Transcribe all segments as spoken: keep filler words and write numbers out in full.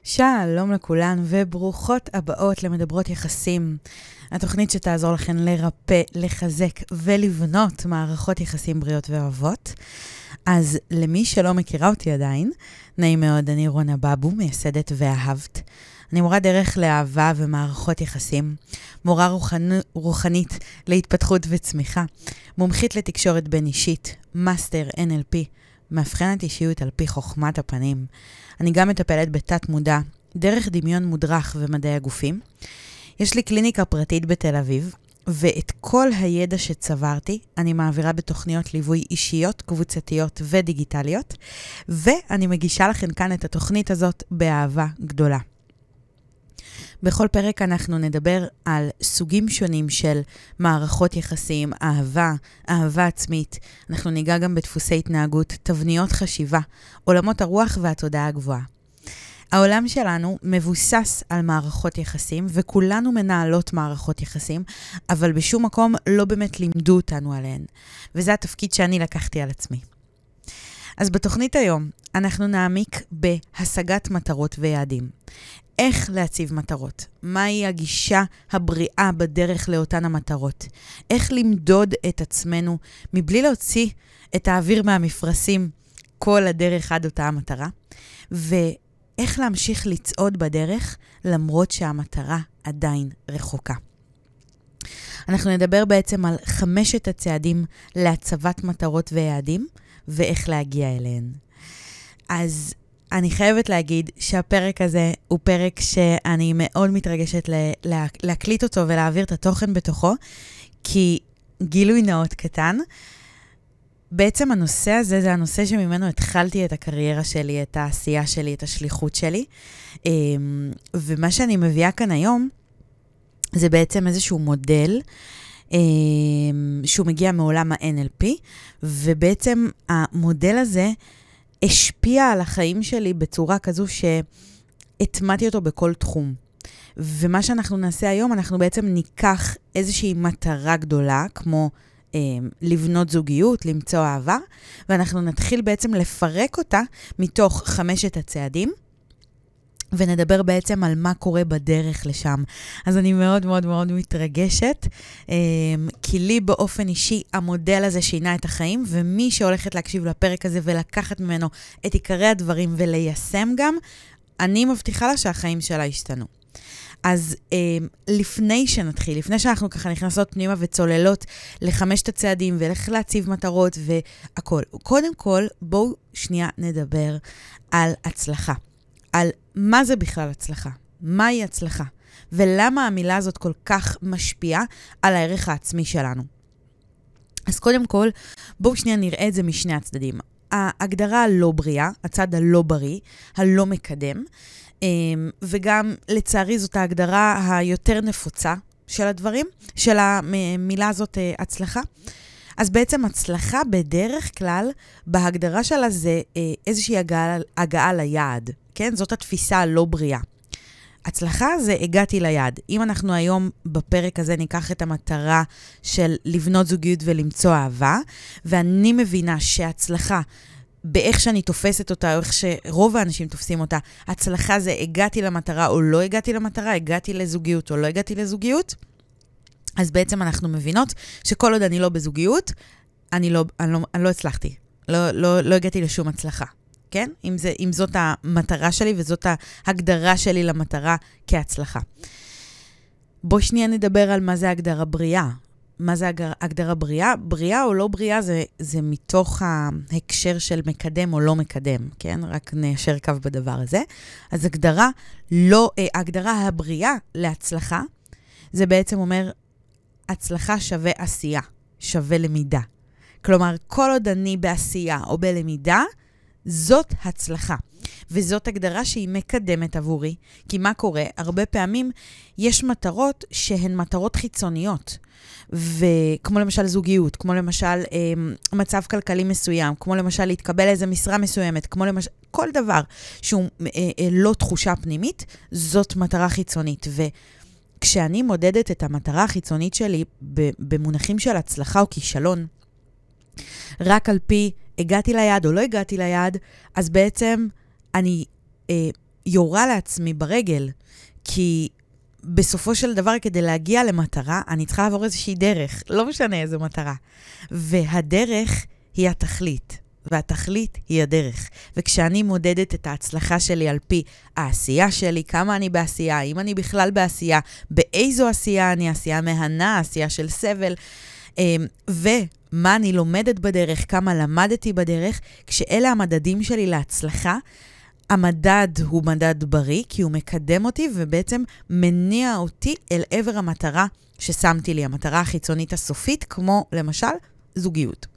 שלום לכולן וברוכות הבאות למדברות יחסים. התוכנית שתעזור לכן לרפא, לחזק ולבנות מערכות יחסים בריאות ואוהבות. אז למי שלא מכירה אותי עדיין, נעים מאוד, אני רונה בבו, מייסדת ואהבת. אני מורה דרך לאהבה ומערכות יחסים, מורה רוחנ... רוחנית להתפתחות וצמיחה, מומחית לתקשורת בין אישית, מאסטר אן אל פי, מאבחנת אישיות על פי חוכמת הפנים. אני גם מטפלת בתת מודע, דרך דמיון מודרך ומדעי הגופים. יש לי קליניקה פרטית בתל אביב, ואת כל הידע שצברתי אני מעבירה בתוכניות ליווי אישיות, קבוצתיות ודיגיטליות, ואני מגישה לכם כאן את התוכנית הזאת באהבה גדולה. בכל פרק אנחנו נדבר על סוגים שונים של מערכות יחסים, אהבה, אהבה עצמית. אנחנו ניגע גם בדפוסי התנהגות, תבניות חשיבה, עולמות הרוח והתודעה הגבוהה. העולם שלנו מבוסס על מערכות יחסים, וכולנו מנהלות מערכות יחסים, אבל בשום מקום לא באמת לימדו אותנו עליהן. וזה התפקיד שאני לקחתי על עצמי. אז בתוכנית היום אנחנו נעמיק בהשגת מטרות ויעדים. איך להציב מטרות? מהי הגישה הבריאה בדרך לאותן המטרות? איך למדוד את עצמנו מבלי להוציא את האוויר מהמפרשים כל הדרך עד אותה המטרה? ואיך להמשיך לצעוד בדרך למרות שהמטרה עדיין רחוקה? אנחנו נדבר בעצם על חמשת הצעדים להצבת מטרות ויעדים ואיך להגיע אליהן. אז אני חייבת להגיד שהפרק הזה הוא פרק שאני מאוד מתרגשת לה, להקליט אותו ולהעביר את התוכן בתוכו, כי גילוי נאות קטן, בעצם הנושא הזה זה הנושא שממנו התחלתי את הקריירה שלי, את העשייה שלי, את השליחות שלי, ומה שאני מביאה כאן היום זה בעצם איזשהו מודל שהוא מגיע מעולם ה-אן אל פי, ובעצם המודל הזה השפיע על החיים שלי בצורה כזו שהטמעתי אותו בכל תחום. ומה שאנחנו נעשה היום, אנחנו בעצם ניקח איזושהי מטרה גדולה, כמו אה, לבנות זוגיות, למצוא אהבה, ואנחנו נתחיל בעצם לפרק אותה מתוך חמשת הצעדים, ונדבר בעצם על מה קורה בדרך לשם. אז אני מאוד מאוד מאוד מתרגשת, כי לי באופן אישי המודל הזה שינה את החיים, ומי שהולכת להקשיב לפרק הזה ולקחת ממנו את עיקרי הדברים וליישם גם, אני מבטיחה לה שהחיים שלה ישתנו. אז לפני שנתחיל, לפני שאנחנו ככה נכנסות פנימה וצוללות לחמשת הצעדים ולך להציב מטרות והכל, קודם כל בואו שנייה נדבר על הצלחה. על מה זה בכלל הצלחה, מהי הצלחה, ולמה המילה הזאת כל כך משפיעה על הערך העצמי שלנו. אז קודם כל, בואו שנייה נראה את זה משני הצדדים. ההגדרה הלא בריאה, הצד הלא בריא, הלא מקדם, וגם לצערי זאת ההגדרה היותר נפוצה של הדברים, של המילה הזאת הצלחה. אז בעצם הצלחה בדרך כלל, בהגדרה שלה זה איזושהי הגעה, הגעה ליעד. כן? זאת התפיסה הלא בריאה. הצלחה זה הגעתי ליעד. אם אנחנו היום בפרק הזה ניקח את המטרה של לבנות זוגיות ולמצוא אהבה, ואני מבינה שהצלחה, באיך שאני תופסת אותה, או איך שרוב האנשים תופסים אותה, הצלחה זה הגעתי למטרה או לא הגעתי למטרה, הגעתי לזוגיות או לא הגעתי לזוגיות, אז בעצם אנחנו מבינות שכל עוד אני לא בזוגיות, אני לא, אני לא, אני לא הצלחתי. לא, לא, לא הגעתי לשום הצלחה. כן? אם זה, אם זאת המטרה שלי וזאת ההגדרה שלי למטרה כהצלחה. בוא שנייה נדבר על מה זה הגדרה בריאה. מה זה הגדרה בריאה? בריאה או לא בריאה זה, זה מתוך ההקשר של מקדם או לא מקדם, כן? רק ניישר קו בדבר הזה. אז הגדרה, לא, הגדרה הבריאה להצלחה, זה בעצם אומר, הצלחה שווה עשייה, שווה למידה. כלומר, כל עוד אני בעשייה או בלמידה, זאת הצלחה. וזאת הגדרה שהיא מקדמת עבורי. כי מה קורה? הרבה פעמים יש מטרות שהן מטרות חיצוניות. וכמו למשל זוגיות, כמו למשל אה, מצב כלכלי מסוים, כמו למשל להתקבל איזו משרה מסוימת, כמו למשל כל דבר שהוא אה, אה, לא תחושה פנימית, זאת מטרה חיצונית. וכשאני מודדת את המטרה החיצונית שלי במונחים של הצלחה או כישלון, רק על פי הגעתי ליעד או לא הגעתי ליעד, אז בעצם אני אה, יורה לעצמי ברגל, כי בסופו של דבר, כדי להגיע למטרה, אני צריכה לעבור איזושהי דרך, לא משנה איזו מטרה. והדרך היא התכלית, והתכלית היא הדרך. וכשאני מודדת את ההצלחה שלי על פי העשייה שלי, כמה אני בעשייה, אם אני בכלל בעשייה, באיזו עשייה אני, עשייה מהנה, עשייה של סבל, ומה אני לומדת בדרך, כמה למדתי בדרך, כשאלה המדדים שלי להצלחה, המדד הוא מדד בריא, כי הוא מקדם אותי ובעצם מניע אותי אל עבר המטרה ששמתי לי, המטרה החיצונית הסופית, כמו למשל זוגיות.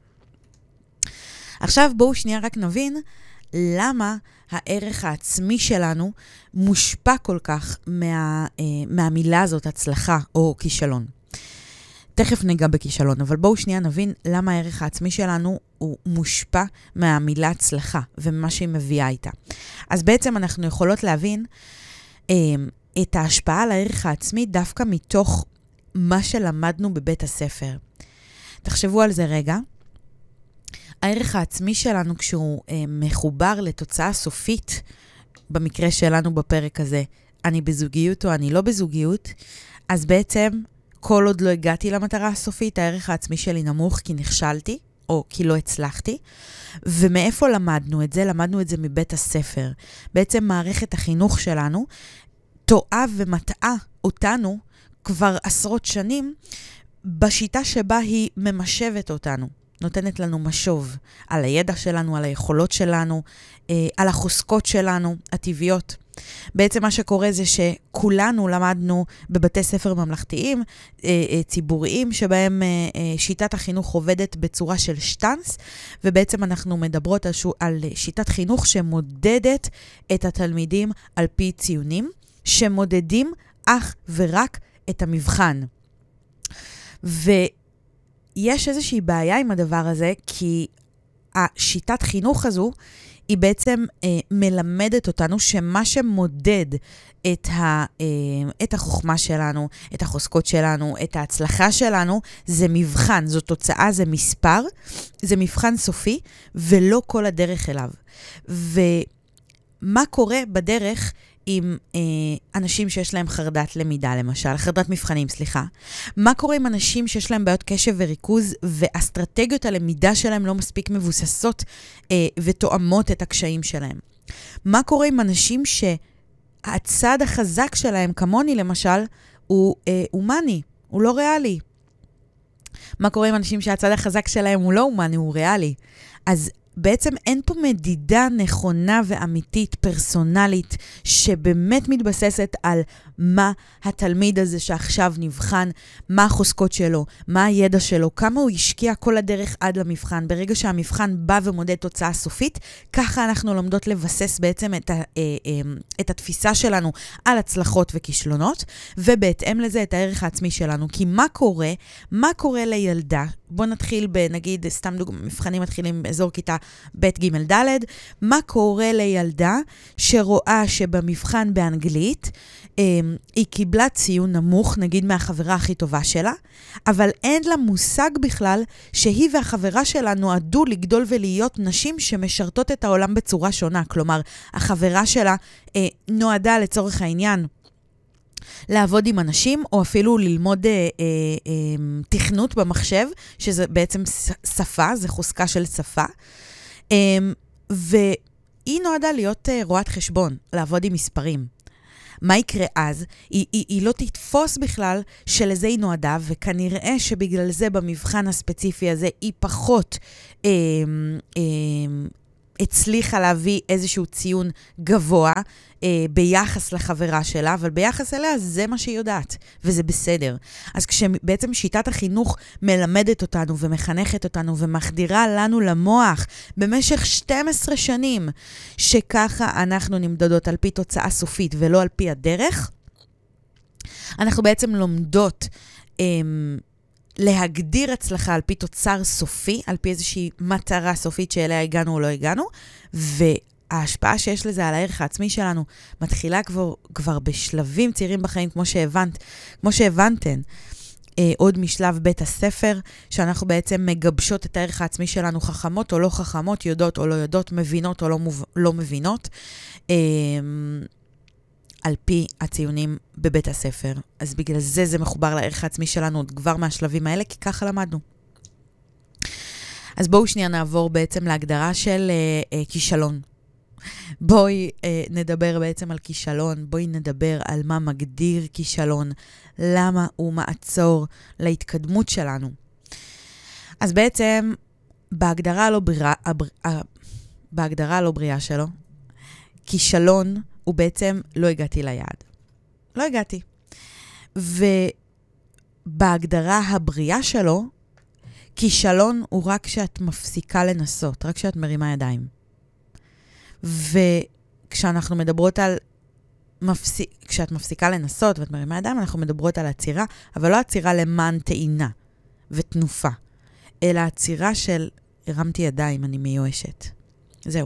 עכשיו בואו שנייה רק נבין למה הערך העצמי שלנו מושפע כל כך מה, אה, מהמילה הזאת, הצלחה או כישלון. תכף ניגע בכישלון, אבל בואו שנייה נבין למה הערך העצמי שלנו הוא מושפע מהמילה הצלחה ומה שהיא מביאה איתה. אז בעצם אנחנו יכולות להבין אה, את ההשפעה על הערך העצמי דווקא מתוך מה שלמדנו בבית הספר. תחשבו על זה רגע. הערך העצמי שלנו כשהוא אה, מחובר לתוצאה סופית, במקרה שלנו בפרק הזה, אני בזוגיות או אני לא בזוגיות, אז בעצם כל עוד לא הגעתי למטרה הסופית, הערך העצמי שלי נמוך כי נכשלתי, או כי לא הצלחתי. ומאיפה למדנו את זה? למדנו את זה מבית הספר. בעצם מערכת החינוך שלנו טועה ומטעה אותנו כבר עשרות שנים, בשיטה שבה היא ממשבת אותנו. נותנת לנו משוב על הידע שלנו, על היכולות שלנו, על החוזקות שלנו, הטבעיות. בעצם מה שקורה זה שכולנו למדנו בבתי ספר ממלכתיים, ציבוריים, שבהם שיטת החינוך עובדת בצורה של שטנץ, ובעצם אנחנו מדברות על שיטת חינוך שמודדת את התלמידים על פי ציונים, שמודדים אך ורק את המבחן. ויש איזושהי בעיה עם הדבר הזה, כי השיטת חינוך הזו, היא בעצם אה, מלמדת אותנו שמה שמודד את, ה, אה, את החוכמה שלנו, את החוזקות שלנו, את ההצלחה שלנו, זה מבחן, זו תוצאה, זה מספר, זה מבחן סופי, ולא כל הדרך אליו. ומה קורה בדרך עם אה, אנשים שיש להם חרדת למידה, למשל, חרדת מבחנים, סליחה. מה קורה עם אנשים שיש להם בעיות קשב וריכוז, ואסטרטגיות הלמידה שלהם לא מספיק מבוססות אה, ותואמות את הקשיים שלהם? מה קורה עם אנשים שהצד החזק שלהם, כמוני למשל, הוא אה, אומני, הוא לא ריאלי? מה קורה עם אנשים שהצד החזק שלהם הוא לא אומני, הוא ריאלי? אז בעצם אין פה מדידה נכונה ואמיתית, פרסונלית, שבאמת מתבססת על מה התלמיד הזה שעכשיו נבחן, מה החוזקות שלו, מה הידע שלו, כמה הוא השקיע כל הדרך עד למבחן. ברגע שהמבחן בא ומודד תוצאה סופית, ככה אנחנו לומדות לבסס בעצם את, ה, את התפיסה שלנו על הצלחות וכישלונות, ובהתאם לזה את הערך העצמי שלנו. כי מה קורה? מה קורה לילדה? בוא נתחיל בנגיד, סתם דוגמא, מבחנים מתחילים באזור כיתה ב' ג' ד', מה קורה לילדה שרואה שבמבחן באנגלית, היא קיבלה ציון נמוך, נגיד מהחברה הכי טובה שלה, אבל אין לה מושג בכלל שהיא והחברה שלה נועדו לגדול ולהיות נשים שמשרתות את העולם בצורה שונה. כלומר, החברה שלה אה, נועדה לצורך העניין לעבוד עם אנשים, או אפילו ללמוד אה, אה, אה, תכנות במחשב, שזה בעצם שפה, זה חוזקה של שפה. אה, והיא נועדה להיות אה, רואת חשבון, לעבוד עם מספרים. מה יקרה אז? היא, היא, היא לא תתפוס בכלל שלזה היא נועדה, וכנראה שבגלל זה במבחן הספציפי הזה היא פחות אה, אה, הצליחה להביא איזשהו ציון גבוה אה, ביחס לחברה שלה, אבל ביחס אליה זה מה שהיא יודעת, וזה בסדר. אז כשבעצם שיטת החינוך מלמדת אותנו ומחנכת אותנו ומחדירה לנו למוח במשך שתים עשרה שנים, שככה אנחנו נמדדות על פי תוצאה סופית ולא על פי הדרך, אנחנו בעצם לומדות אה, להגדיר הצלחה על פי תוצר סופי, על פי איזושהי מטרה סופית שאליה הגענו או לא הגענו, וההשפעה שיש לזה על הערך העצמי שלנו מתחילה כבר, כבר בשלבים צעירים בחיים, כמו שהבנת, כמו שהבנתן, אה, עוד משלב בית הספר, שאנחנו בעצם מגבשות את הערך העצמי שלנו, חכמות או לא חכמות, יודעות או לא יודעות, מבינות או לא, מוב, לא מבינות. אה, על פי הציונים בבית הספר. אז בגלל זה זה מחובר לערך העצמי שלנו עוד כבר מהשלבים האלה, כי ככה למדנו. אז בואו שנייה נעבור בעצם להגדרה של אה, אה, כישלון. בואי אה, נדבר בעצם על כישלון, בואי נדבר על מה מגדיר כישלון, למה הוא מעצור להתקדמות שלנו. אז בעצם בהגדרה הלא בריאה, הבר, בהגדרה הלא בריאה שלו, כישלון הוא בעצם לא הגעתי ליעד. לא הגעתי. ובהגדרה הבריאה שלו, כישלון הוא רק כשאת מפסיקה לנסות, רק כשאת מרימה ידיים. וכשאנחנו מדברות על, מפס... כשאת מפסיקה לנסות ואת מרימה ידיים, אנחנו מדברות על עצירה, אבל לא עצירה למען טעינה ותנופה, אלא עצירה של הרמתי ידיים, אני מיואשת. זהו.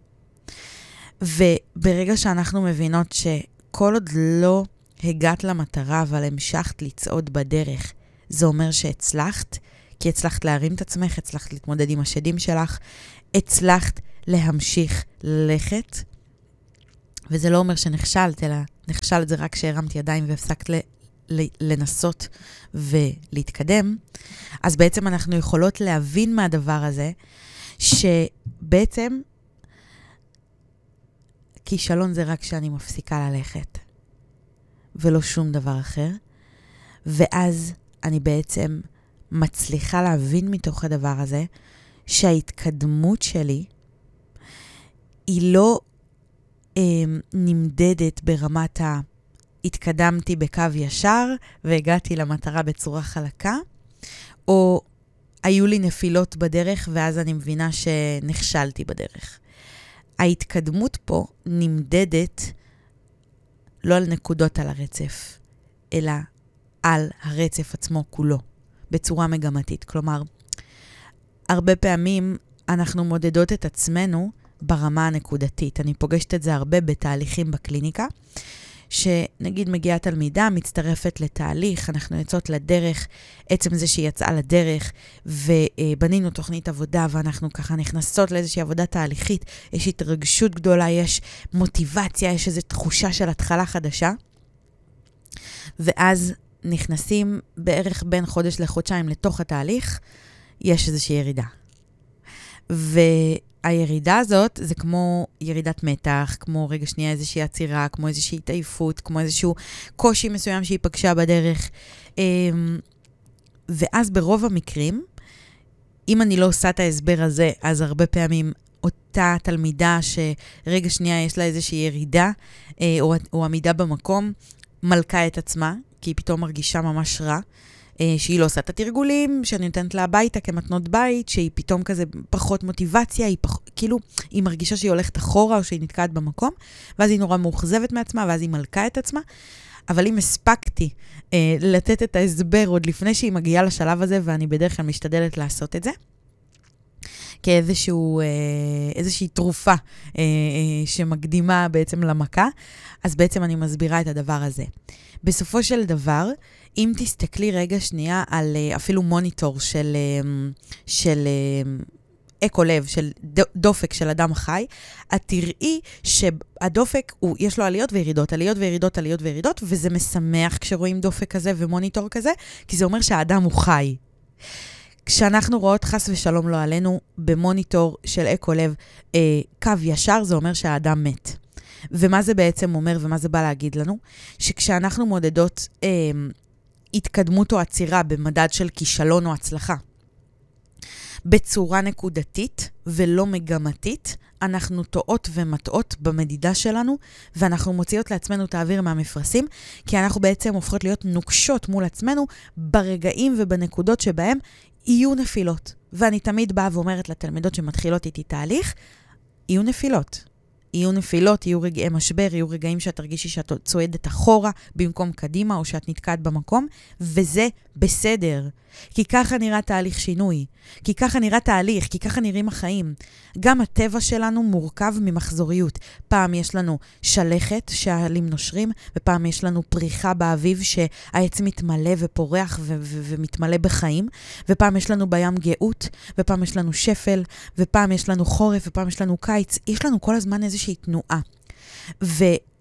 וברגע שאנחנו מבינות שכל עוד לא הגעת למטרה, אבל המשכת לצעוד בדרך, זה אומר שהצלחת, כי הצלחת להרים את עצמך, הצלחת להתמודד עם השדים שלך, הצלחת להמשיך ללכת, וזה לא אומר שנכשלת, אלא נכשלת זה רק שהרמתי ידיים והפסקת ל- ל- לנסות ולהתקדם. אז בעצם אנחנו יכולות להבין מהדבר הזה, שבעצם כישלון זה רק שאני מפסיקה ללכת, ולא שום דבר אחר. ואז אני בעצם מצליחה להבין מתוך הדבר הזה, שההתקדמות שלי היא לא אה, נמדדת ברמת ההתקדמתי בקו ישר, והגעתי למטרה בצורה חלקה, או היו לי נפילות בדרך, ואז אני מבינה שנכשלתי בדרך. ההתקדמות פה נמדדת לא על נקודות על הרצף, אלא על הרצף עצמו כולו, בצורה מגמתית. כלומר, הרבה פעמים אנחנו מודדות את עצמנו ברמה הנקודתית. אני פוגשת את זה הרבה בתהליכים בקליניקה, שנגיד מגיעה תלמידה, מצטרפת לתהליך, אנחנו יוצאות לדרך, עצם זה שהיא יצאה לדרך, ובנינו תוכנית עבודה, ואנחנו ככה נכנסות לאיזושהי עבודה תהליכית, יש התרגשות גדולה, יש מוטיבציה, יש איזו תחושה של התחלה חדשה, ואז נכנסים בערך בין חודש לחודשיים לתוך התהליך, יש איזושהי ירידה. והירידה הזאת זה כמו ירידת מתח, כמו רגע שנייה איזושהי עצירה, כמו איזושהי התעייפות, כמו איזשהו קושי מסוים שהיא פגשה בדרך. ואז ברוב המקרים, אם אני לא עושה את ההסבר הזה, אז הרבה פעמים אותה תלמידה שרגע שנייה יש לה איזושהי ירידה, או, או עמידה במקום, מלכה את עצמה, כי היא פתאום מרגישה ממש רע, שהיא לא עושה את התרגולים, שאני נותנת לה הביתה כמתנות בית, שהיא פתאום כזה פחות מוטיבציה, היא פח, כאילו, היא מרגישה שהיא הולכת אחורה או שהיא נתקעת במקום, ואז היא נורא מאוכזבת מעצמה, ואז היא מלכה את עצמה. אבל אם הספקתי אה, לתת את ההסבר עוד לפני שהיא מגיעה לשלב הזה, ואני בדרך כלל משתדלת לעשות את זה, כאיזשהו, אה, איזושהי תרופה אה, אה, שמקדימה בעצם למכה, אז בעצם אני מסבירה את הדבר הזה. בסופו של דבר, אם תסתכלי רגע שנייה על אפילו מוניטור של, של אקו לב, של דופק של אדם חי, את תראי שהדופק, הוא, יש לו עליות וירידות, עליות וירידות, עליות וירידות, וזה משמח כשרואים דופק כזה ומוניטור כזה, כי זה אומר שהאדם הוא חי. כשאנחנו רואות חס ושלום לא עלינו במוניטור של אקו לב, אה, קו ישר, זה אומר שהאדם מת. ומה זה בעצם אומר ומה זה בא להגיד לנו? שכשאנחנו מודדות אה, התקדמות או עצירה במדד של כישלון או הצלחה, בצורה נקודתית ולא מגמתית, אנחנו טועות ומטעות במדידה שלנו, ואנחנו מוציאות לעצמנו את האוויר מהמפרשים, כי אנחנו בעצם הופכות להיות נוקשות מול עצמנו ברגעים ובנקודות שבהם יהיו נפילות. ואני תמיד באה ואומרת לתלמידות שמתחילות איתי תהליך, יהיו נפילות. יהיו נפילות, יהיו רגעי משבר, יהיו רגעים שאת תרגישי שאת צועדת אחורה במקום קדימה, או שאת נתקעת במקום, וזה בסדר. כי ככה נראה תהליך שינוי. כי ככה נראה תהליך, כי ככה נראים החיים. גם הטבע שלנו מורכב ממחזוריות. פעם יש לנו שלכת שהעלים נושרים, ופעם יש לנו פריחה באביב שהעץ מתמלא ופורח ו- ו- ומתמלא בחיים, ופעם יש לנו בים גאות, ופעם יש לנו שפל, ופעם יש לנו חורף, ופעם יש לנו קיץ. יש לנו כל הזמן איזושהי תנועה. ו...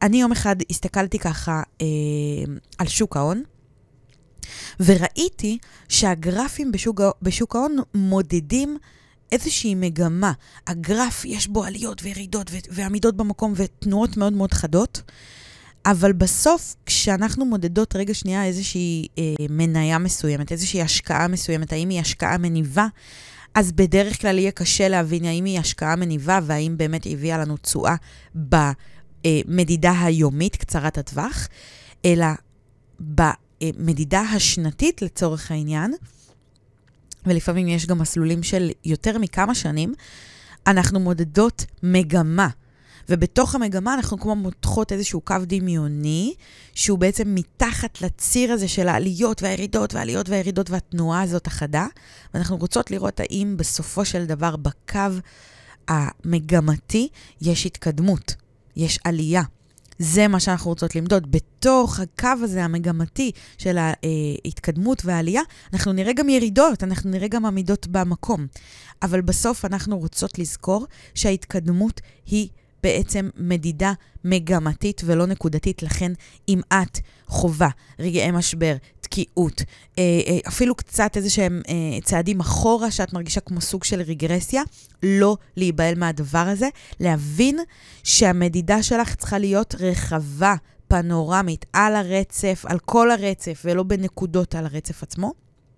אני יום אחד הסתכלתי ככה אה, על שוק ההון, וראיתי שהגרפים בשוק, בשוק ההון מודדים איזושהי מגמה. הגרף יש בו עליות וירידות ועמידות במקום ותנועות מאוד מאוד חדות, אבל בסוף כשאנחנו מודדות רגע שנייה איזושהי אה, מניה מסוימת, איזושהי השקעה מסוימת, האם היא השקעה מניבה, אז בדרך כלל יהיה קשה להבין האם היא השקעה מניבה והאם באמת היא הביאה לנו תשואה במדידה היומית קצרת הטווח, אלא במדידה השנתית לצורך העניין, ולפעמים יש גם מסלולים של יותר מכמה שנים, אנחנו מודדות מגמה, ובתוך המגמה אנחנו כמו מותחות איזשהו קו דמיוני, שהוא בעצם מתחת לציר הזה של העליות והירידות, והעליות והירידות והתנועה הזאת החדה, ואנחנו רוצות לראות האם בסופו של דבר בקו המגמתי יש התקדמות, יש עלייה. זה מה שאנחנו רוצות למדוד. בתוך הקו הזה המגמתי של ההתקדמות והעלייה, אנחנו נראה גם ירידות, אנחנו נראה גם עמידות במקום. אבל בסוף אנחנו רוצות לזכור שההתקדמות היא בעצם מדידה מגמתית ולא נקודתית, לכן אם את חובה, רגעי משבר, תקיעות, אפילו קצת איזה שהם צעדים אחורה שאת מרגישה כמו סוג של רגרסיה, לא להיבהל מהדבר הזה, להבין שהמדידה שלך צריכה להיות רחבה, פנורמית, על הרצף, על כל הרצף, ולא בנקודות על הרצף עצמו.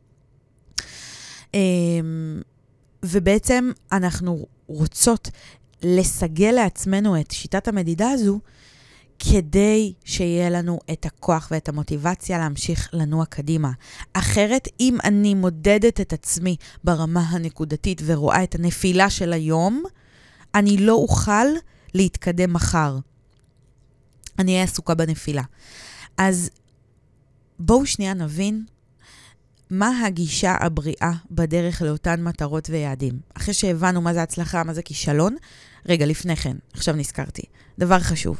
ובעצם אנחנו רוצות לסגל לעצמנו את שיטת המדידה הזו, כדי שיהיה לנו את הכוח ואת המוטיבציה להמשיך לנוע קדימה. אחרת, אם אני מודדת את עצמי ברמה הנקודתית ורואה את הנפילה של היום, אני לא אוכל להתקדם מחר. אני אהיה עסוקה בנפילה. אז בואו שנייה נבין מה הגישה הבריאה בדרך לאותן מטרות ויעדים. אחרי שהבנו מה זה הצלחה, מה זה כישלון, רגע, לפני כן, עכשיו נזכרתי. דבר חשוב.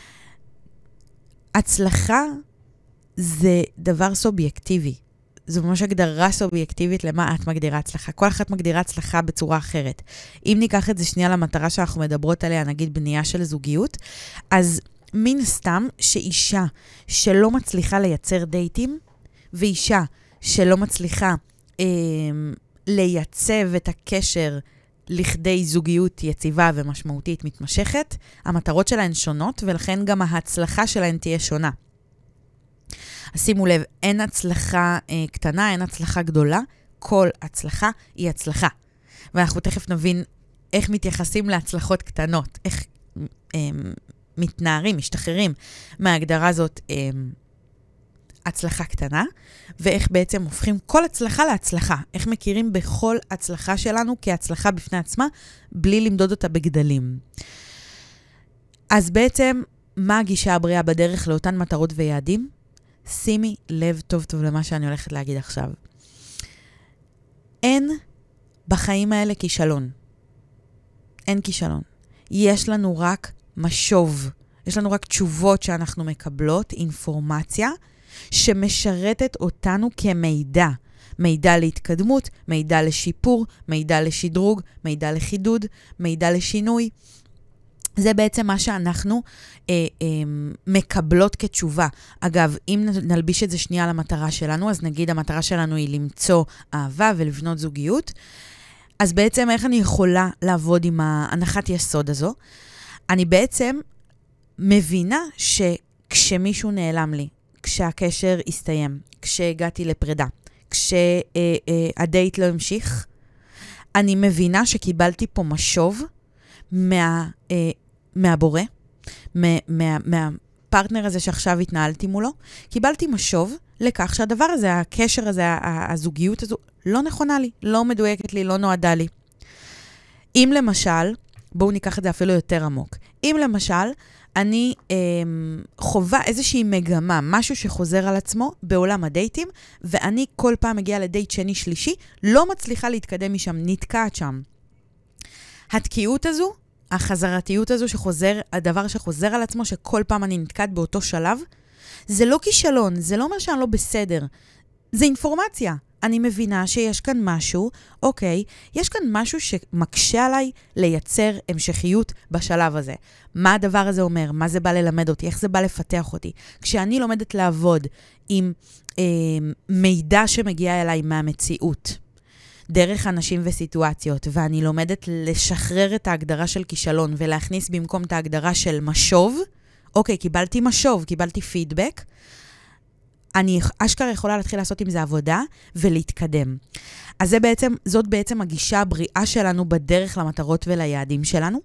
הצלחה זה דבר סובייקטיבי. זו ממש הגדרה סובייקטיבית למה את מגדירה הצלחה. כל אחת מגדירה הצלחה בצורה אחרת. אם ניקח את זה שנייה למטרה שאנחנו מדברות עליה, נגיד בנייה של זוגיות, אז מן סתם שאישה שלא מצליחה לייצר דייטים, ואישה שלא מצליחה אה, לייצב את הקשר לכדי זוגיות יציבה ומשמעותית מתמשכת, המטרות שלהן שונות, ולכן גם ההצלחה שלהן תהיה שונה. אז שימו לב, אין הצלחה אה, קטנה, אין הצלחה גדולה, כל הצלחה היא הצלחה. ואנחנו תכף נבין איך מתייחסים להצלחות קטנות, איך אה, מתנערים, משתחררים מההגדרה הזאת אה, הצלחה קטנה, ואיך בעצם הופכים כל הצלחה להצלחה. איך מכירים בכל הצלחה שלנו כהצלחה בפני עצמה, בלי למדוד אותה בגדלים. אז בעצם, מה הגישה הבריאה בדרך לאותן מטרות ויעדים? שימי לב טוב טוב למה שאני הולכת להגיד עכשיו. אין בחיים האלה כישלון. אין כישלון. יש לנו רק משוב. יש לנו רק תשובות שאנחנו מקבלות, אינפורמציה, שמשרתת אותנו כמידע. מידע להתקדמות, מידע לשיפור, מידע לשדרוג, מידע לחידוד, מידע לשינוי. זה בעצם מה שאנחנו אה, אה, מקבלות כתשובה. אגב, אם נלביש את זה שנייה למטרה שלנו, אז נגיד המטרה שלנו היא למצוא אהבה ולבנות זוגיות, אז בעצם איך אני יכולה לעבוד עם ההנחת יסוד הזו? אני בעצם מבינה שכשמישהו נעלם לי, כשהקשר הסתיים, כשהגעתי לפרידה, כשהדייט לא המשיך, אני מבינה שקיבלתי פה משוב מה, מהבורא, מה, מה, מהפרטנר הזה שעכשיו התנהלתי מולו, קיבלתי משוב לכך שהדבר הזה, הקשר הזה, הזוגיות הזו, לא נכונה לי, לא מדויקת לי, לא נועדה לי. אם למשל, בואו ניקח את זה אפילו יותר עמוק, אם למשל, אני אה, חובה איזושהי מגמה, משהו שחוזר על עצמו בעולם הדייטים, ואני כל פעם מגיעה לדייט שני שלישי, לא מצליחה להתקדם משם, נתקעת שם. התקיעות הזו, החזרתיות הזו שחוזר, הדבר שחוזר על עצמו, שכל פעם אני נתקעת באותו שלב, זה לא כישלון, זה לא אומר שאני לא בסדר. זה אינפורמציה. אני מבינה שיש כאן משהו, אוקיי, יש כאן משהו שמקשה עליי לייצר המשכיות בשלב הזה. מה הדבר הזה אומר? מה זה בא ללמד אותי? איך זה בא לפתח אותי? כשאני לומדת לעבוד עם אה, מידע שמגיע אליי מהמציאות, דרך אנשים וסיטואציות, ואני לומדת לשחרר את ההגדרה של כישלון ולהכניס במקום את ההגדרה של משוב, אוקיי, קיבלתי משוב, קיבלתי פידבק, אני אשכרה יכולה להתחיל לעשות עם זה עבודה ולהתקדם. אז זה בעצם, זאת בעצם הגישה הבריאה שלנו בדרך למטרות וליעדים שלנו.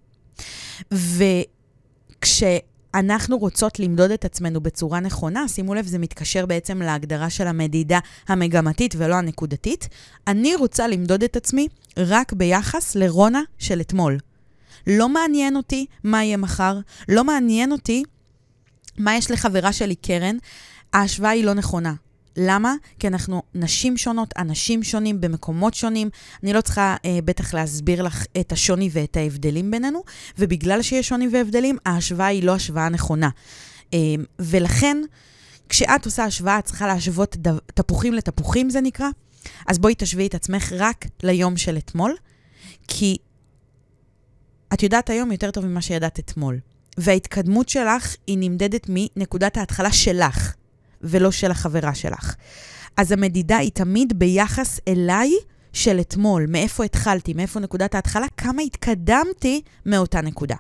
וכשאנחנו רוצות למדוד את עצמנו בצורה נכונה, שימו לב, זה מתקשר בעצם להגדרה של המדידה המגמתית ולא הנקודתית. אני רוצה למדוד את עצמי רק ביחס לרונה של אתמול. לא מעניין אותי מה יהיה מחר, לא מעניין אותי מה יש לחברה שלי קרן, ההשוואה היא לא נכונה. למה? כי אנחנו נשים שונות, אנשים שונים, במקומות שונים. אני לא צריכה אה, בטח להסביר לך את השוני ואת ההבדלים בינינו, ובגלל שיש שוני והבדלים, ההשוואה היא לא השוואה נכונה. אה, ולכן, כשאת עושה השוואה, את צריכה להשוות דו, תפוחים לתפוחים, זה נקרא. אז בואי תשווי את עצמך רק ליום של אתמול, כי את יודעת היום יותר טוב ממה שידעת אתמול. וההתקדמות שלך היא נמדדת מנקודת ההתחלה שלך. ולא של החברה שלך. אז המדידה היא תמיד ביחס אליי של אתמול, מאיפה התחלתי, מאיפה נקודת ההתחלה, כמה התקדמתי מאותה נקודה.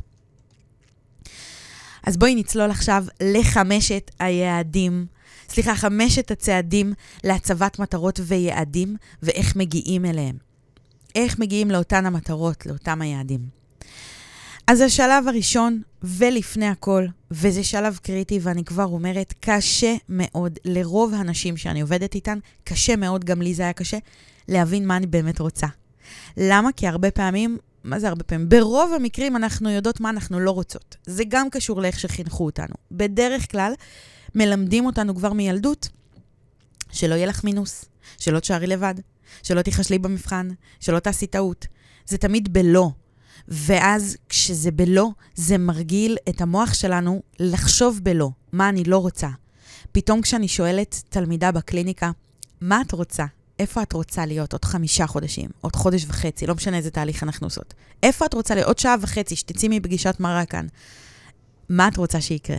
אז בואי נצלול עכשיו לחמשת היעדים, סליחה, חמשת הצעדים להצבת מטרות ויעדים, ואיך מגיעים אליהם. איך מגיעים לאותן המטרות, לאותם היעדים. אז השלב הראשון, ולפני הכל, וזה שלב קריטי, ואני כבר אומרת, קשה מאוד, לרוב האנשים שאני עובדת איתן, קשה מאוד, גם לי זה היה קשה, להבין מה אני באמת רוצה. למה? כי הרבה פעמים, מה זה הרבה פעמים? ברוב המקרים אנחנו יודעות מה אנחנו לא רוצות. זה גם קשור לאיך שחינכו אותנו. בדרך כלל, מלמדים אותנו כבר מילדות, שלא יהיה לך מינוס, שלא תשארי לבד, שלא תיחשלי במבחן, שלא תעשי טעות. זה תמיד בלא. ואז כשזה בלא, זה מרגיל את המוח שלנו לחשוב בלא, מה אני לא רוצה. פתאום כשאני שואלת תלמידה בקליניקה, מה את רוצה? איפה את רוצה להיות? עוד חמישה חודשים, עוד חודש וחצי, לא משנה איזה תהליך אנחנו עושות. איפה את רוצה להיות? עוד שעה וחצי, שתצאי מפגישת מראה כאן. מה את רוצה שיקרה?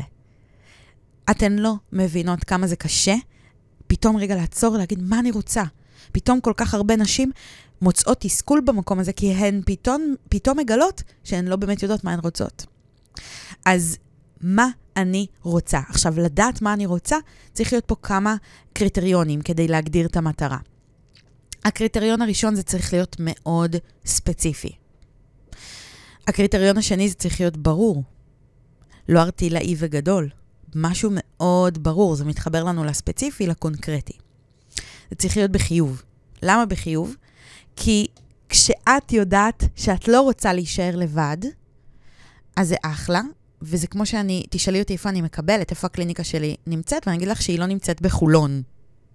אתן לא מבינות כמה זה קשה, פתאום רגע לעצור, להגיד מה אני רוצה. פתאום כל כך הרבה נשים מוצאות תסכול במקום הזה, כי הן פתאום, פתאום מגלות שהן לא באמת יודעות מה הן רוצות. אז מה אני רוצה? עכשיו, לדעת מה אני רוצה, צריך להיות פה כמה קריטריונים כדי להגדיר את המטרה. הקריטריון הראשון זה צריך להיות מאוד ספציפי. הקריטריון השני זה צריך להיות ברור. לא ארטילאי וגדול. משהו מאוד ברור, זה מתחבר לנו לספציפי, לקונקרטי. זה צריך להיות בחיוב. למה בחיוב? כי כשאת יודעת שאת לא רוצה להישאר לבד, אז זה אחלה, וזה כמו שאני, תשאלי אותי איפה אני מקבלת, איפה הקליניקה שלי נמצאת, ואני אגיד לך שהיא לא נמצאת בחולון.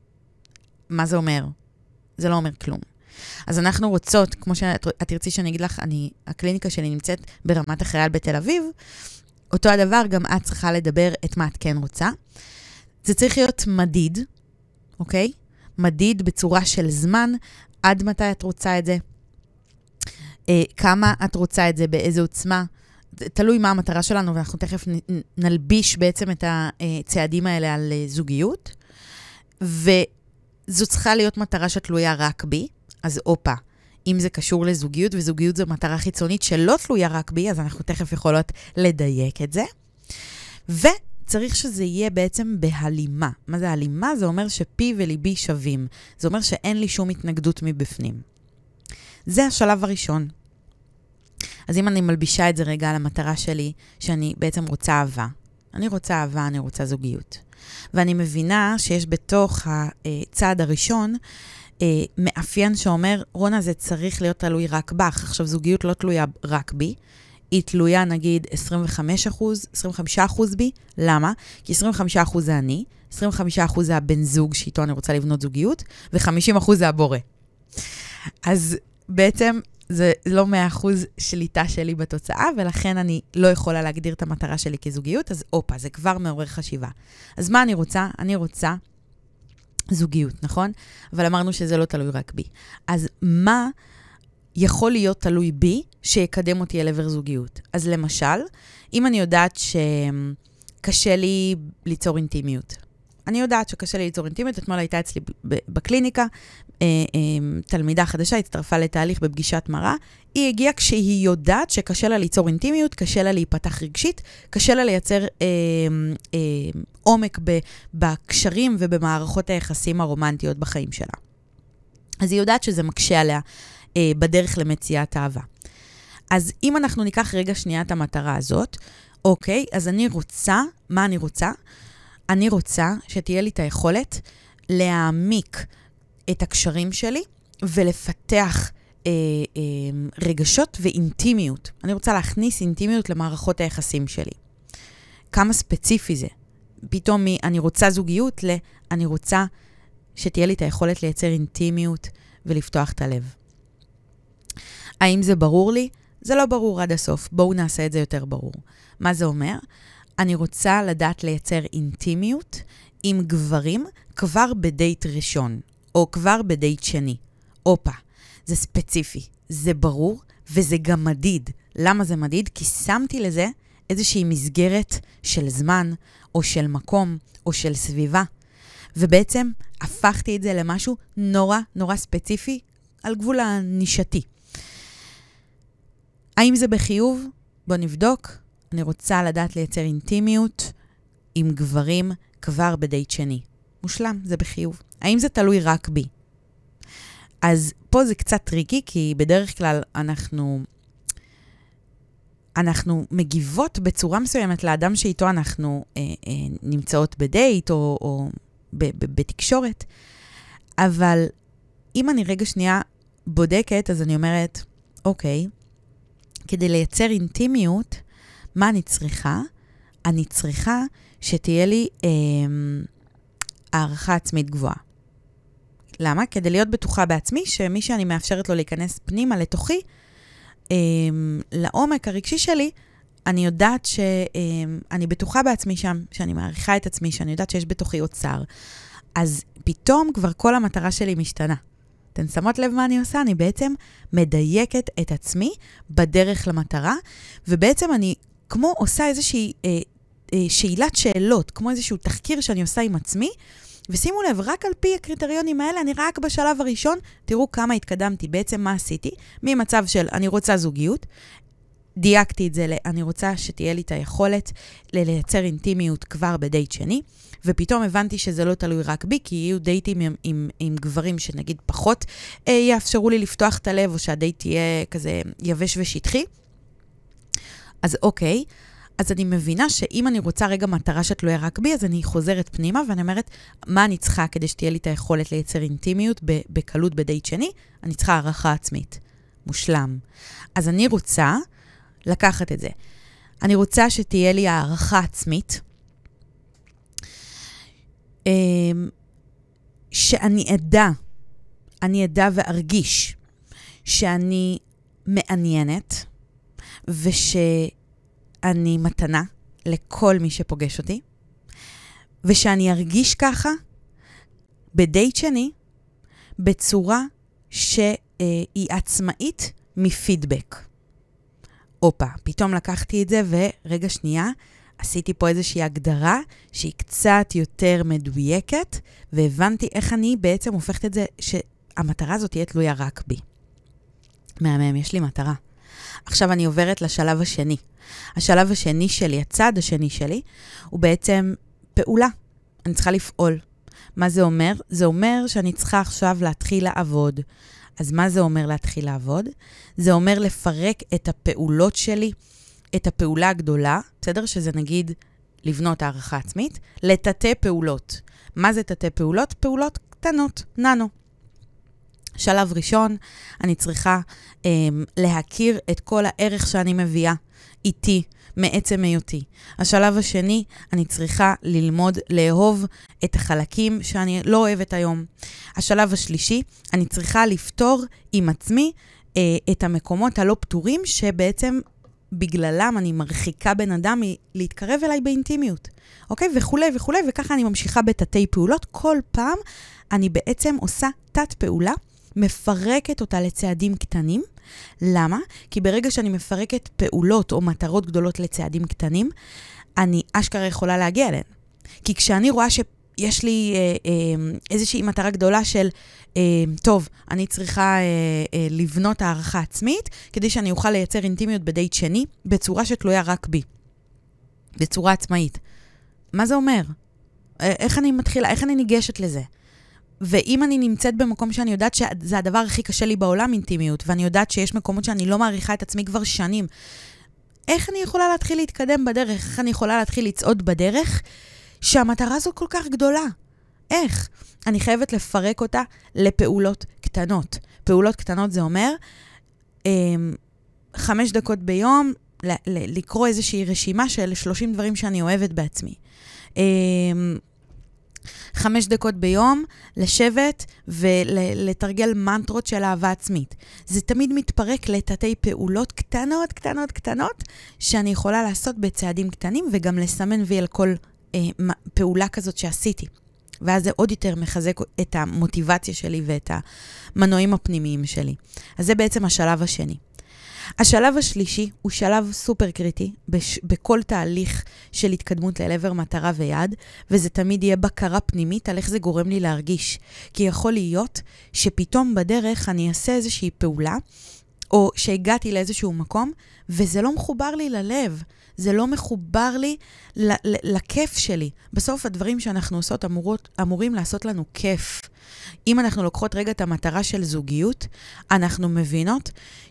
מה זה אומר? זה לא אומר כלום. אז אנחנו רוצות, כמו שאת תרצי שאני אגיד לך, אני, הקליניקה שלי נמצאת ברמת החייל בתל אביב, אותו הדבר גם את צריכה לדבר את מה את כן רוצה. זה צריך להיות מדיד, אוקיי? מדיד בצורה של זמן, עד מתי את רוצה את זה, אה, כמה את רוצה את זה, באיזו עוצמה, תלוי מה המטרה שלנו, ואנחנו תכף נלביש בעצם את הצעדים האלה על זוגיות, וזו צריכה להיות מטרה שתלויה רק בי, אז אופה, אם זה קשור לזוגיות, וזוגיות זו מטרה חיצונית שלא תלויה רק בי, אז אנחנו תכף יכולות לדייק את זה, וצריך שזה יהיה בעצם בהלימה. מה זה הלימה? זה אומר שפי וליבי שווים. זה אומר שאין לי שום התנגדות מבפנים. זה השלב הראשון. אז אם אני מלבישה את זה רגע על המטרה שלי, שאני בעצם רוצה אהבה. אני רוצה אהבה, אני רוצה זוגיות. ואני מבינה שיש בתוך הצעד הראשון, מאפיין שאומר, רונה, זה צריך להיות תלוי רק בך. עכשיו, זוגיות לא תלויה רק בי. היא תלויה נגיד עשרים וחמישה אחוז, עשרים וחמישה אחוז בי. למה? כי עשרים וחמישה אחוז זה אני, עשרים וחמישה אחוז זה הבן זוג שאיתו אני רוצה לבנות זוגיות, ו-חמישים אחוז זה הבורא. אז בעצם זה לא מאה אחוז שליטה שלי בתוצאה, ולכן אני לא יכולה להגדיר את המטרה שלי כזוגיות, אז אופה, זה כבר מעורר חשיבה. אז מה אני רוצה? אני רוצה זוגיות, נכון? אבל אמרנו שזה לא תלוי רק בי. אז מה יכול להיות תלוי בי שיקדם אותי אל עבר זוגיות? אז למשל, אם אני יודעת שקשה לי ליצור אינטימיות, אני יודעת שקשה לי ליצור אינטימיות, אתמול הייתה אצלי בקליניקה, תלמידה חדשה הצטרפה לתהליך בפגישת מראה, היא הגיעה כשהיא יודעת שקשה לה ליצור אינטימיות, קשה לה להיפתח רגשית, קשה לה לייצר אה, אה, עומק ב, בקשרים ובמערכות היחסים הרומנטיות בחיים שלה. אז היא יודעת שזה מקשה עליה אה, בדרך למציאת אהבה. אז אם אנחנו ניקח רגע שנייה את המטרה הזאת, אוקיי, אז אני רוצה, מה אני רוצה? אני רוצה שתהיה לי את היכולת להעמיק את הקשרים שלי ולפתח אה, אה, רגשות ואינטימיות. אני רוצה להכניס אינטימיות למערכות היחסים שלי. כמה ספציפי זה? פתאום מי, אני רוצה זוגיות ל... אני רוצה שתהיה לי את היכולת לייצר אינטימיות ולפתוח את הלב. האם זה ברור לי? זה לא ברור עד הסוף. בואו נעשה את זה יותר ברור. מה זה אומר? אני רוצה לדעת לייצר אינטימיות עם גברים כבר בדייט ראשון, או כבר בדייט שני. אופה, זה ספציפי, זה ברור, וזה גם מדיד. למה זה מדיד? כי שמתי לזה איזושהי מסגרת של זמן, או של מקום, או של סביבה. ובעצם הפכתי את זה למשהו נורא נורא ספציפי, על גבול הנישתי. האם זה בחיוב? בוא נבדוק. אני רוצה לדעת לייצר אינטימיות עם גברים כבר בדייט שני. מושלם, זה בחיוב. האם זה תלוי רק בי? אז פה זה קצת טריקי, כי בדרך כלל אנחנו, אנחנו מגיבות בצורה מסוימת לאדם שאיתו אנחנו אה, אה, נמצאות בדייט או, או ב, ב, בתקשורת. אבל אם אני רגע שנייה בודקת, אז אני אומרת, אוקיי, כדי לייצר אינטימיות, מה אני צריכה? אני צריכה שתהיה לי אה, הערכה עצמית גבוהה. למה? כדי להיות בטוחה בעצמי, שמי שאני מאפשרת לו להיכנס פנימה לתוכי, אה, לעומק הרגשי שלי, אני יודעת שאני אה, בטוחה בעצמי שם, שאני מעריכה את עצמי, שאני יודעת שיש בתוכי אוצר. אז פתאום כבר כל המטרה שלי משתנה. אתן שמות לב מה אני עושה? אני בעצם מדייקת את עצמי בדרך למטרה, ובעצם אני כמו עושה איזושהי אה, אה, שאלת שאלות, כמו איזשהו תחקיר שאני עושה עם עצמי, ושימו לב, רק על פי הקריטריונים האלה, אני רק בשלב הראשון, תראו כמה התקדמתי, בעצם מה עשיתי, ממצב של אני רוצה זוגיות, דייקתי את זה, אני רוצה שתהיה לי את היכולת לייצר אינטימיות כבר בדייט שני, ופתאום הבנתי שזה לא תלוי רק בי, כי יהיו דייטים עם, עם, עם גברים שנגיד פחות אה, יאפשרו לי לפתוח את הלב, או שהדייט תהיה כזה יבש ושטחי. אז אוקיי, אז אני מבינה שאם אני רוצה רגע מטרה שתלויה רק בי, אז אני חוזרת פנימה ואני אומרת, מה אני צריכה כדי שתהיה לי את היכולת לייצר אינטימיות בקלות בדייט שני? אני צריכה הערכה עצמית. מושלם. אז אני רוצה לקחת את זה. אני רוצה שתהיה לי הערכה עצמית, שאני אדע, אני אדע וארגיש שאני מעניינת, ושאני מתנה לכל מי שפוגש אותי, ושאני ארגיש ככה בדייט שני, בצורה שהיא עצמאית מפידבק. אופה, פתאום לקחתי את זה, ורגע שנייה, עשיתי פה איזושהי הגדרה שהיא קצת יותר מדויקת, והבנתי איך אני בעצם הופכת את זה, שהמטרה הזאת תהיה תלויה רק בי. מהמם, יש לי מטרה. עכשיו אני עוברת לשלב השני. השלב השני שלי, הצד השני שלי, הוא בעצם פעולה. אני צריכה לפעול. מה זה אומר? זה אומר שאני צריכה עכשיו להתחיל לעבוד. אז מה זה אומר להתחיל לעבוד? זה אומר לפרק את הפעולות שלי, את הפעולה הגדולה, בסדר? שזה נגיד לבנות הערכה עצמית, לטאטא פעולות. מה זה טאטא פעולות? פעולות קטנות, ננו. שלב ראשון, אני צריכה אה, להכיר את כל הערך שאני מביאה איתי, מעצם היותי. השלב השני, אני צריכה ללמוד לאהוב את החלקים שאני לא אוהבת היום. השלב השלישי, אני צריכה לפתור עם עצמי אה, את המקומות הלא פתורים שבעצם שבגללם אני מרחיקה בן אדם להתקרב אליי באינטימיות, אוקיי? וכו' וכו', וככה אני ממשיכה בתתי פעולות. כל פעם אני בעצם עושה תת פעולה, מפרקת אותה לצעדים קטנים. למה? כי ברגע שאני מפרקת פעולות או מטרות גדולות לצעדים קטנים, אני אשכרה יכולה להגיע אליהן. כי כשאני רואה שיש לי אה, אה, איזושהי מטרה גדולה של, אה, טוב, אני צריכה אה, אה, לבנות הערכה עצמית, כדי שאני אוכל לייצר אינטימיות בדייט שני, בצורה שתלויה רק בי. בצורה עצמאית. מה זה אומר? איך אני מתחילה? איך אני ניגשת לזה? ואם אני נמצאת במקום שאני יודעת שזה הדבר הכי קשה לי בעולם, אינטימיות, ואני יודעת שיש מקומות שאני לא מעריכה את עצמי כבר שנים, איך אני יכולה להתחיל להתקדם בדרך? איך אני יכולה להתחיל לצעוד בדרך שהמטרה הזו כל כך גדולה? איך? אני חייבת לפרק אותה לפעולות קטנות. פעולות קטנות זה אומר, חמש דקות ביום, לקרוא איזושהי רשימה של שלושים דברים שאני אוהבת בעצמי. חמש דקות ביום, לשבת ולתרגל מנטרות של אהבה עצמית. זה תמיד מתפרק לתתי פעולות קטנות, קטנות, קטנות, שאני יכולה לעשות בצעדים קטנים, וגם לסמן וי על כל אה, פעולה כזאת שעשיתי. ואז זה עוד יותר מחזק את המוטיבציה שלי ואת המנועים הפנימיים שלי. אז זה בעצם השלב השני. השלב השלישי הוא שלב סופר קריטי בש... בכל תהליך של התקדמות אל עבר מטרה ויעד, וזה תמיד יהיה בקרה פנימית על איך זה גורם לי להרגיש. כי יכול להיות שפתאום בדרך אני אעשה איזושהי פעולה, או שהגעתי לאיזשהו מקום, וזה לא מחובר לי ללב. זה לא מחובר לי ל- ל- לכיף שלי. בסוף הדברים שאנחנו עושות אמורות, אמורים לעשות לנו כיף. אם אנחנו לוקחות רגע את המטרה של זוגיות, אנחנו מבינות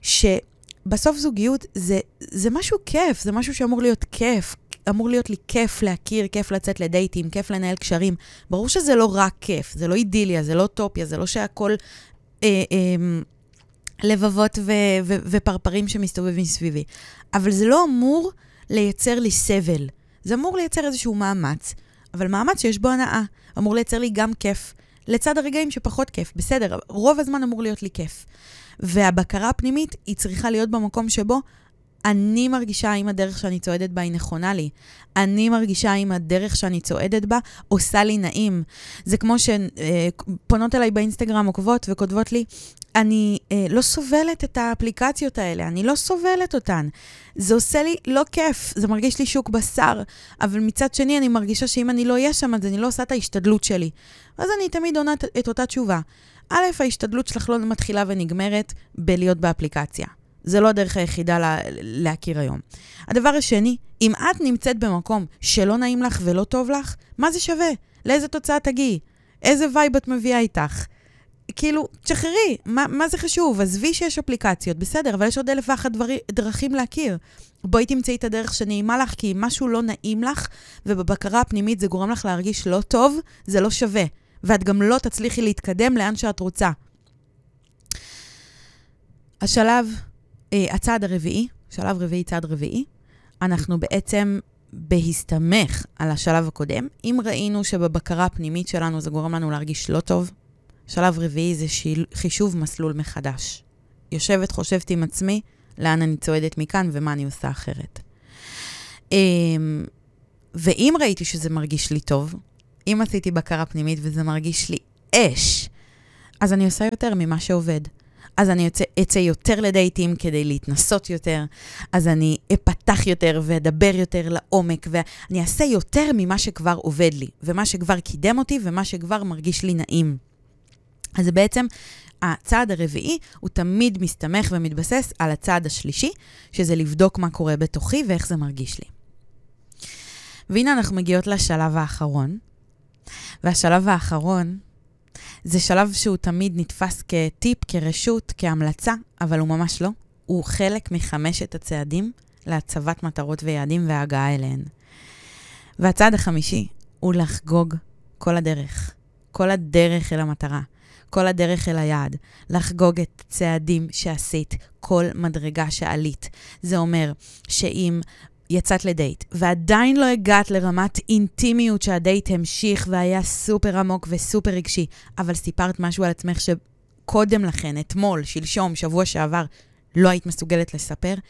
שבסוף זוגיות זה, זה משהו כיף, זה משהו שאמור להיות כיף. אמור להיות לי כיף להכיר, כיף לצאת לדייטים, כיף לנהל קשרים. ברור שזה לא רק כיף, זה לא אידיליה, זה לא אוטופיה, זה לא שהכל אה, אה, לבבות ו- ו- ופרפרים שמסתובבים סביבי. אבל זה לא אמור לייצר לי סבל. זה אמור לייצר איזשהו מאמץ, אבל מאמץ שיש בו הנאה. אמור לייצר לי גם כיף. לצד הרגעים שפחות כיף. בסדר, רוב הזמן אמור להיות לי כיף. והבקרה הפנימית היא צריכה להיות במקום שבו אני מרגישה אם הדרך שאני צועדת בה היא נכונה לי. אני מרגישה אם הדרך שאני צועדת בה עושה לי נעים. זה כמו שפונות אליי באינסטגרם עוקבות וכותבות לי, אני אה, לא סובלת את האפליקציות האלה, אני לא סובלת אותן. זה עושה לי לא כיף, זה מרגיש לי שוק בשר, אבל מצד שני אני מרגישה שאם אני לא אהיה שם, אז אני לא עושה את ההשתדלות שלי. אז אני תמיד עונה את אותה תשובה. א', ההשתדלות שלך לא מתחילה ונגמרת בלהיות באפליקציה. זה לא הדרך היחידה לה, להכיר היום. הדבר השני, אם את נמצאת במקום שלא נעים לך ולא טוב לך, מה זה שווה? לאיזה תוצאה תגיעי? איזה וייב את מביאה איתך? כאילו, תשחררי, מה, מה זה חשוב? עזבי שיש אפליקציות, בסדר, אבל יש עוד אלף ואחת דברי, דרכים להכיר. בואי תמצאי את הדרך שנעימה לך, כי אם משהו לא נעים לך, ובבקרה הפנימית זה גורם לך להרגיש לא טוב, זה לא שווה. ואת גם לא תצליחי להתקדם לאן שאת רוצה. השלב, אה, הצעד הרביעי, שלב רביעי, צעד רביעי, אנחנו בעצם בהסתמך על השלב הקודם. אם ראינו שבבקרה הפנימית שלנו זה גורם לנו להרגיש לא טוב, שלב רביעי זה שיל, חישוב מסלול מחדש. יושבת, חושבת עם עצמי, לאן אני צועדת מכאן ומה אני עושה אחרת. ואם ראיתי שזה מרגיש לי טוב, אם עשיתי בקרה פנימית וזה מרגיש לי אש, אז אני עושה יותר ממה שעובד. אז אני אצא, אצא יותר לדייטים כדי להתנסות יותר, אז אני אפתח יותר ואדבר יותר לעומק, ואני אעשה יותר ממה שכבר עובד לי, ומה שכבר קידם אותי ומה שכבר מרגיש לי נעים. אז בעצם הצעד הרביעי הוא תמיד מסתמך ומתבסס על הצעד השלישי, שזה לבדוק מה קורה בתוכי ואיך זה מרגיש לי. והנה אנחנו מגיעות לשלב האחרון, והשלב האחרון זה שלב שהוא תמיד נתפס כטיפ, כרשות, כהמלצה, אבל הוא ממש לא. הוא חלק מחמשת הצעדים להצבת מטרות ויעדים וההגעה אליהן. והצעד החמישי הוא לחגוג כל הדרך. כל הדרך אל המטרה. כל הדרך אל היעד. לחגוג את צעדים שעשית, כל מדרגה שעלית. זה אומר שאם יצאת לדייט, ועדיין לא הגעת לרמת אינטימיות שהדייט המשיך והיה סופר עמוק וסופר רגשי, אבל סיפרת משהו על עצמך שקודם לכן, אתמול, שלשום, שבוע שעבר, לא היית מסוגלת לספר,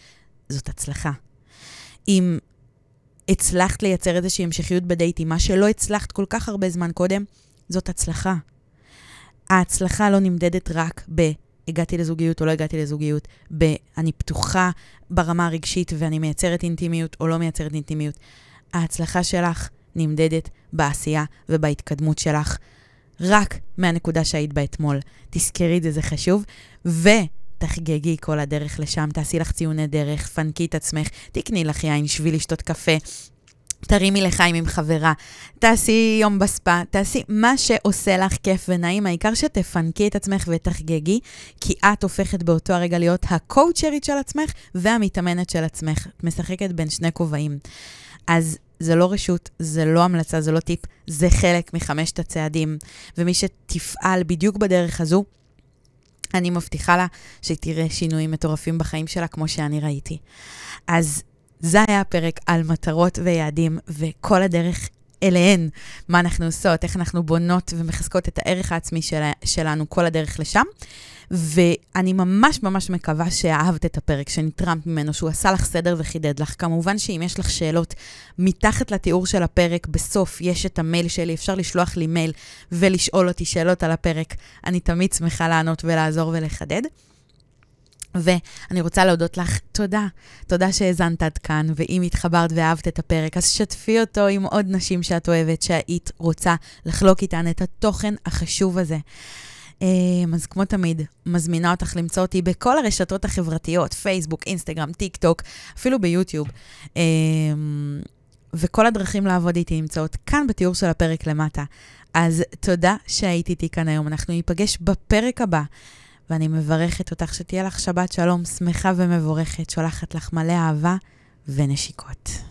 זאת הצלחה. אם הצלחת לייצר איזושהי המשכיות בדייטים, מה שלא הצלחת כל כך הרבה זמן קודם, זאת הצלחה. ההצלחה לא נמדדת רק ב... הגעתי לזוגיות או לא הגעתי לזוגיות, ב... אני פתוחה ברמה הרגשית ואני מייצרת אינטימיות או לא מייצרת אינטימיות. ההצלחה שלך נמדדת בעשייה ובהתקדמות שלך, רק מהנקודה שהיית בה אתמול. תזכרי את זה, זה חשוב, ותחגגי כל הדרך לשם, תעשי לך ציוני דרך, פנקי את עצמך, תקני לך יין, שבי לשתות קפה, תרימי לחיים עם חברה, תעשי יום בספה, תעשי מה שעושה לך כיף ונעים, העיקר שתפנקי את עצמך ותחגגי, כי את הופכת באותו הרגע להיות הקואוצ'רית של עצמך והמתאמנת של עצמך. את משחקת בין שני כובעים. אז זה לא רשות, זה לא המלצה, זה לא טיפ, זה חלק מחמשת הצעדים, ומי שתפעל בדיוק בדרך הזו, אני מבטיחה לה שתראה שינויים מטורפים בחיים שלה כמו שאני ראיתי. אז זה היה הפרק על מטרות ויעדים וכל הדרך אליהן, מה אנחנו עושות, איך אנחנו בונות ומחזקות את הערך העצמי של, שלנו כל הדרך לשם. ואני ממש ממש מקווה שאהבת את הפרק, שנתרמת ממנו, שהוא עשה לך סדר וחידד לך. כמובן שאם יש לך שאלות מתחת לתיאור של הפרק, בסוף יש את המייל שלי, אפשר לשלוח לי מייל ולשאול אותי שאלות על הפרק. אני תמיד שמחה לענות ולעזור ולחדד. ואני רוצה להודות לך, תודה, תודה שהזנת עד כאן, ואם התחברת ואהבת את הפרק, אז שתפי אותו עם עוד נשים שאת אוהבת, שהיית רוצה לחלוק איתן את התוכן החשוב הזה. אז כמו תמיד, מזמינה אותך למצוא אותי בכל הרשתות החברתיות, פייסבוק, אינסטגרם, טיק טוק, אפילו ביוטיוב. וכל הדרכים לעבוד איתי נמצאות כאן בתיאור של הפרק למטה. אז תודה שהיית איתי כאן היום, אנחנו ניפגש בפרק הבא. ואני מברכת אותך שתהיה לך שבת שלום שמחה ומבורכת, שולחת לך מלא אהבה ונשיקות.